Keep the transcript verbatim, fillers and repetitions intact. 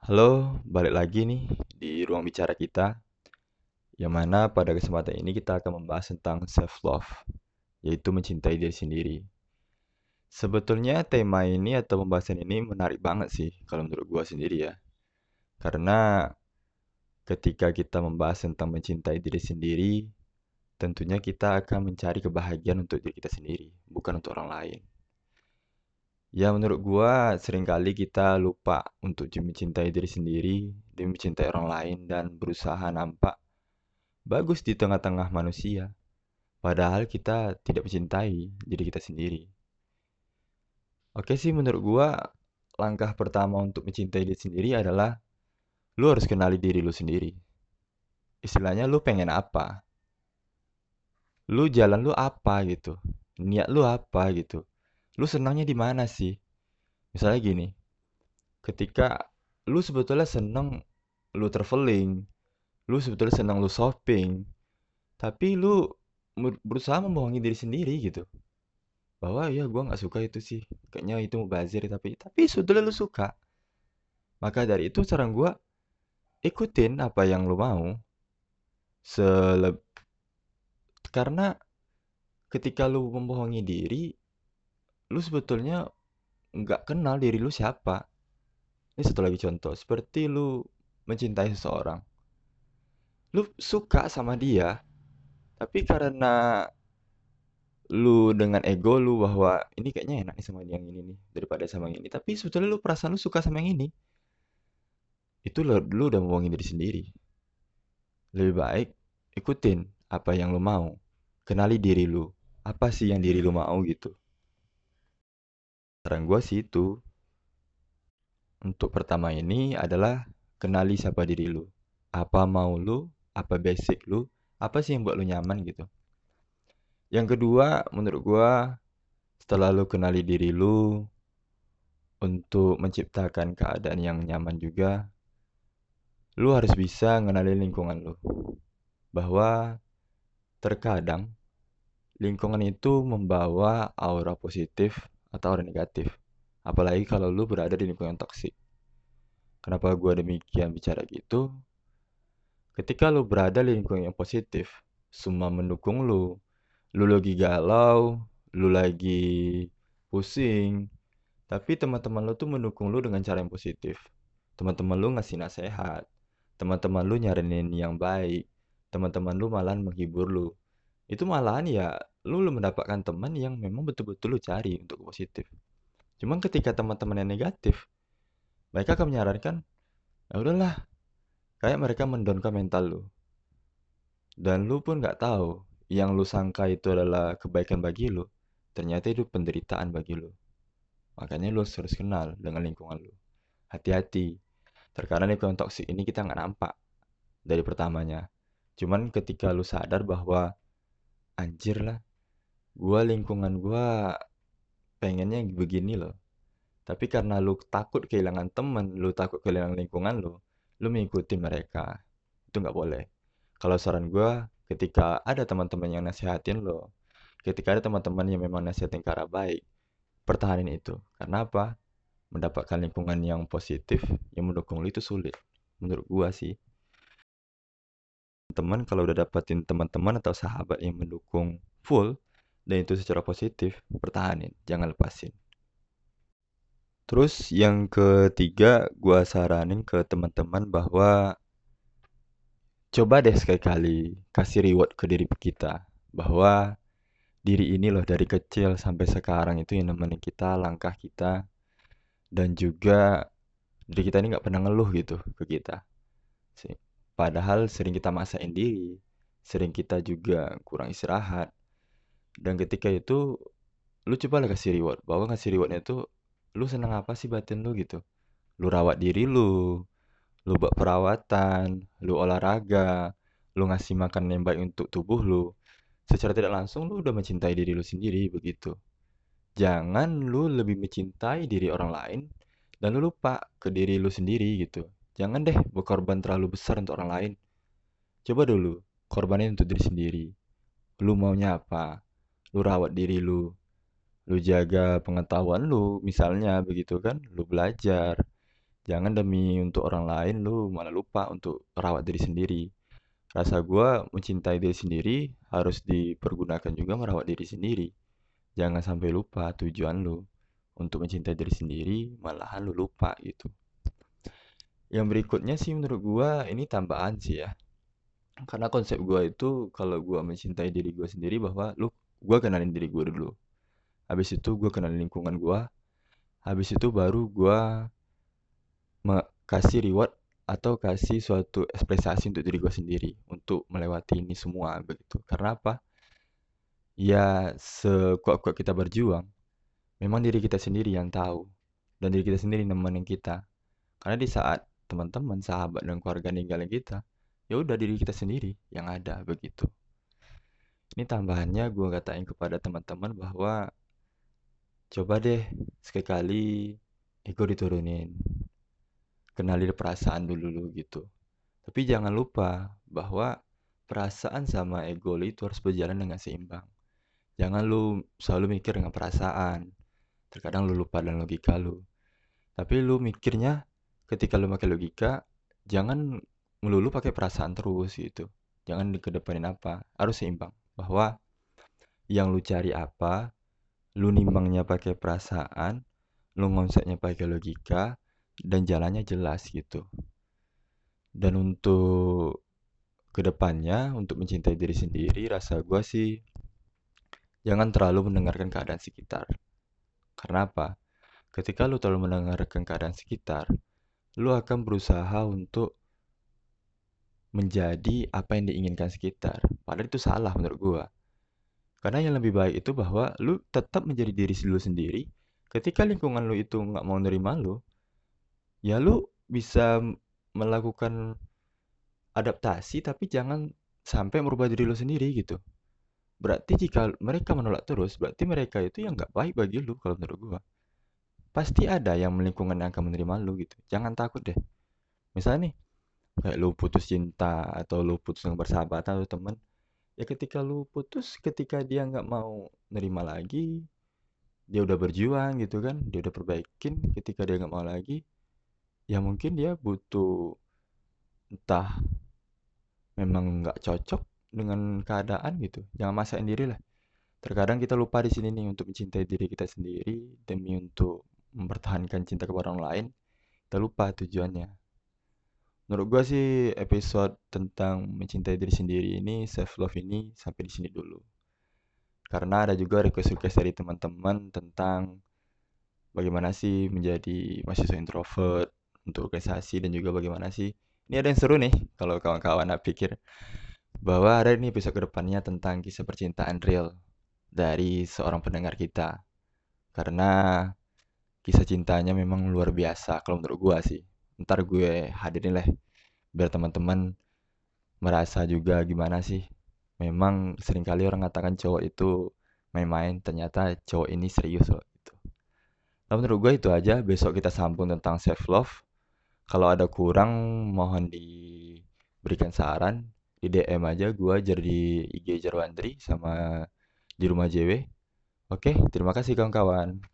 Halo, balik lagi nih di ruang bicara kita, yang mana pada kesempatan ini kita akan membahas tentang self-love, yaitu mencintai diri sendiri. Sebetulnya tema ini atau pembahasan ini menarik banget sih, kalau menurut gua sendiri ya. Karena ketika kita membahas tentang mencintai diri sendiri, tentunya kita akan mencari kebahagiaan untuk diri kita sendiri, bukan untuk orang lain. Ya menurut gua seringkali kita lupa untuk mencintai diri sendiri demi mencintai orang lain dan berusaha nampak bagus di tengah-tengah manusia, padahal kita tidak mencintai diri kita sendiri. Oke sih, menurut gua, langkah pertama untuk mencintai diri sendiri adalah lu harus kenali diri lu sendiri. Istilahnya lu pengen apa? Lu jalan lu apa gitu? Niat lu apa gitu? Lu senangnya di mana sih? Misalnya gini, ketika lu sebetulnya seneng lu traveling, lu sebetulnya senang lu shopping, tapi lu berusaha membohongi diri sendiri gitu. Bahwa ya gue nggak suka itu sih, kayaknya itu mubazir, tapi tapi sebetulnya lu suka. Maka dari itu saran gue, ikutin apa yang lu mau. Seleb Karena ketika lu membohongi diri, lu sebetulnya nggak kenal diri lu siapa. Ini satu lagi contoh, seperti lu mencintai seseorang, lu suka sama dia, tapi karena lu dengan ego lu bahwa ini kayaknya enak nih sama yang ini nih daripada sama yang ini, tapi sebetulnya lu perasaan lu suka sama yang ini, itu lu, lu udah membohongi diri sendiri. Lebih baik ikutin apa yang lu mau. Kenali diri lu. Apa sih yang diri lu mau gitu. Saran gue sih itu. Untuk pertama ini adalah kenali siapa diri lu. Apa mau lu, apa basic lu, apa sih yang buat lu nyaman gitu. Yang kedua, menurut gue, setelah lu kenali diri lu, untuk menciptakan keadaan yang nyaman juga, lu harus bisa ngenalin lingkungan lu. Bahwa terkadang lingkungan itu membawa aura positif atau aura negatif. Apalagi kalau lu berada di lingkungan toksik. Kenapa gua demikian bicara gitu? Ketika lu berada di lingkungan yang positif, semua mendukung lu. Lu lagi galau, lu lagi pusing, tapi teman-teman lu tuh mendukung lu dengan cara yang positif. Teman-teman lu ngasih nasihat, teman-teman lu nyaranin yang baik, teman-teman lu malah menghibur lu. Itu malahan ya lu lu mendapatkan teman yang memang betul-betul lu cari untuk positif. Cuman ketika teman-teman yang negatif, mereka akan menyarankan, ya udahlah, kayak mereka mendownkan mental lu. Dan lu pun nggak tahu, yang lu sangka itu adalah kebaikan bagi lu, ternyata itu penderitaan bagi lu. Makanya lu harus kenal dengan lingkungan lu. Hati-hati, terkadang lingkungan toksik ini kita nggak nampak dari pertamanya. Cuman ketika lu sadar bahwa anjir lah, gua lingkungan gua pengennya begini loh. Tapi karena lu takut kehilangan temen, lu takut kehilangan lingkungan lu, lu mengikuti mereka. Itu nggak boleh. Kalau saran gue, ketika ada teman-teman yang nasihatin lo, ketika ada teman-teman yang memang nasihatin ke arah baik, pertahanin itu. Karena apa? Mendapatkan lingkungan yang positif, yang mendukung lu itu sulit. Menurut gua sih. Teman kalau udah dapetin teman-teman atau sahabat yang mendukung full, dan itu secara positif, pertahanin. Jangan lepasin. Terus yang ketiga, gua saranin ke teman-teman bahwa coba deh sekali-kali kasih reward ke diri kita. Bahwa diri ini loh dari kecil sampai sekarang itu yang nemenin kita, langkah kita. Dan juga diri kita ini nggak pernah ngeluh gitu ke kita. Sih. Padahal sering kita maksain diri, sering kita juga kurang istirahat. Dan ketika itu, lu coba lah kasih reward. Bahwa ngasih rewardnya itu, lu senang apa sih batin lu gitu. Lu rawat diri lu, lu buat perawatan, lu olahraga, lu ngasih makan yang baik untuk tubuh lu. Secara tidak langsung lu udah mencintai diri lu sendiri begitu. Jangan lu lebih mencintai diri orang lain dan lu lupa ke diri lu sendiri gitu. Jangan deh berkorban terlalu besar untuk orang lain. Coba dulu korbanin untuk diri sendiri. Lu maunya apa? Lu rawat diri lu. Lu jaga pengetahuan lu, misalnya begitu kan? Lu belajar. Jangan demi untuk orang lain lu malah lupa untuk rawat diri sendiri. Rasa gua mencintai diri sendiri harus dipergunakan juga merawat diri sendiri. Jangan sampai lupa tujuan lu untuk mencintai diri sendiri, malahan lu lupa gitu. Yang berikutnya sih menurut gua ini tambahan sih ya. Karena konsep gua itu kalau gua mencintai diri gua sendiri bahwa lu gua kenalin diri gua dulu. Habis itu gua kenalin lingkungan gua. Habis itu baru gua me- kasih reward atau kasih suatu ekspresi untuk diri gua sendiri untuk melewati ini semua begitu. Karena apa? Ya sekuat-kuat kita berjuang, memang diri kita sendiri yang tahu dan diri kita sendiri nemenin kita. Karena di saat teman-teman, sahabat dan keluarga ninggalin kita, ya udah diri kita sendiri yang ada begitu. Ini tambahannya gue katain kepada teman-teman bahwa coba deh sekali-kali ego diturunin. Kenali perasaan dulu dulu gitu. Tapi jangan lupa bahwa perasaan sama ego lu itu harus berjalan dengan seimbang. Jangan lu selalu mikir dengan perasaan. Terkadang lu lupa dengan logika lu. Tapi lu mikirnya ketika lu pakai logika, jangan melulu pakai perasaan terus gitu. Jangan dikedepanin apa, harus seimbang. Bahwa yang lu cari apa, lu nimbangnya pakai perasaan, lu ngonsepnya pakai logika, dan jalannya jelas gitu. Dan untuk kedepannya, untuk mencintai diri sendiri, rasa gua sih jangan terlalu mendengarkan keadaan sekitar. Karena apa? Ketika lu terlalu mendengarkan keadaan sekitar, lu akan berusaha untuk menjadi apa yang diinginkan sekitar. Padahal itu salah menurut gua. Karena yang lebih baik itu bahwa lu tetap menjadi diri lu sendiri. Ketika lingkungan lu itu nggak mau nerima lu, ya lu bisa melakukan adaptasi tapi jangan sampai merubah diri lu sendiri gitu. Berarti jika mereka menolak terus, berarti mereka itu yang nggak baik bagi lu kalau menurut gua. Pasti ada yang lingkungan yang akan menerima lu gitu. Jangan takut deh. Misalnya nih, kayak lu putus cinta atau lu putus dengan bersahabat atau temen, ya ketika lu putus, ketika dia nggak mau nerima lagi, dia udah berjuang gitu kan, dia udah perbaikin, ketika dia nggak mau lagi, ya mungkin dia butuh entah memang nggak cocok dengan keadaan gitu. Jangan maksain diri lah. Terkadang kita lupa di sini nih untuk mencintai diri kita sendiri demi untuk mempertahankan cinta kepada orang lain. Kita lupa tujuannya. Menurut gua sih episode tentang mencintai diri sendiri ini, self love ini sampai di sini dulu. Karena ada juga request-request dari teman-teman tentang bagaimana sih menjadi mahasiswa introvert untuk organisasi dan juga bagaimana sih. Ini ada yang seru nih kalau kawan-kawan nak pikir bahwa ada ini episode kedepannya tentang kisah percintaan real dari seorang pendengar kita. Karena kisah cintanya memang luar biasa kalau menurut gua sih. Ntar gue hadirin lah biar teman-teman merasa juga gimana sih. Memang seringkali orang katakan cowok itu main-main, ternyata cowok ini serius loh gitu. Nah, menurut gue itu aja. Besok kita sambung tentang self love. Kalau ada kurang mohon diberikan saran di D M aja gue jadi I G Jarwandri sama di rumah J W. Oke, terima kasih kawan-kawan.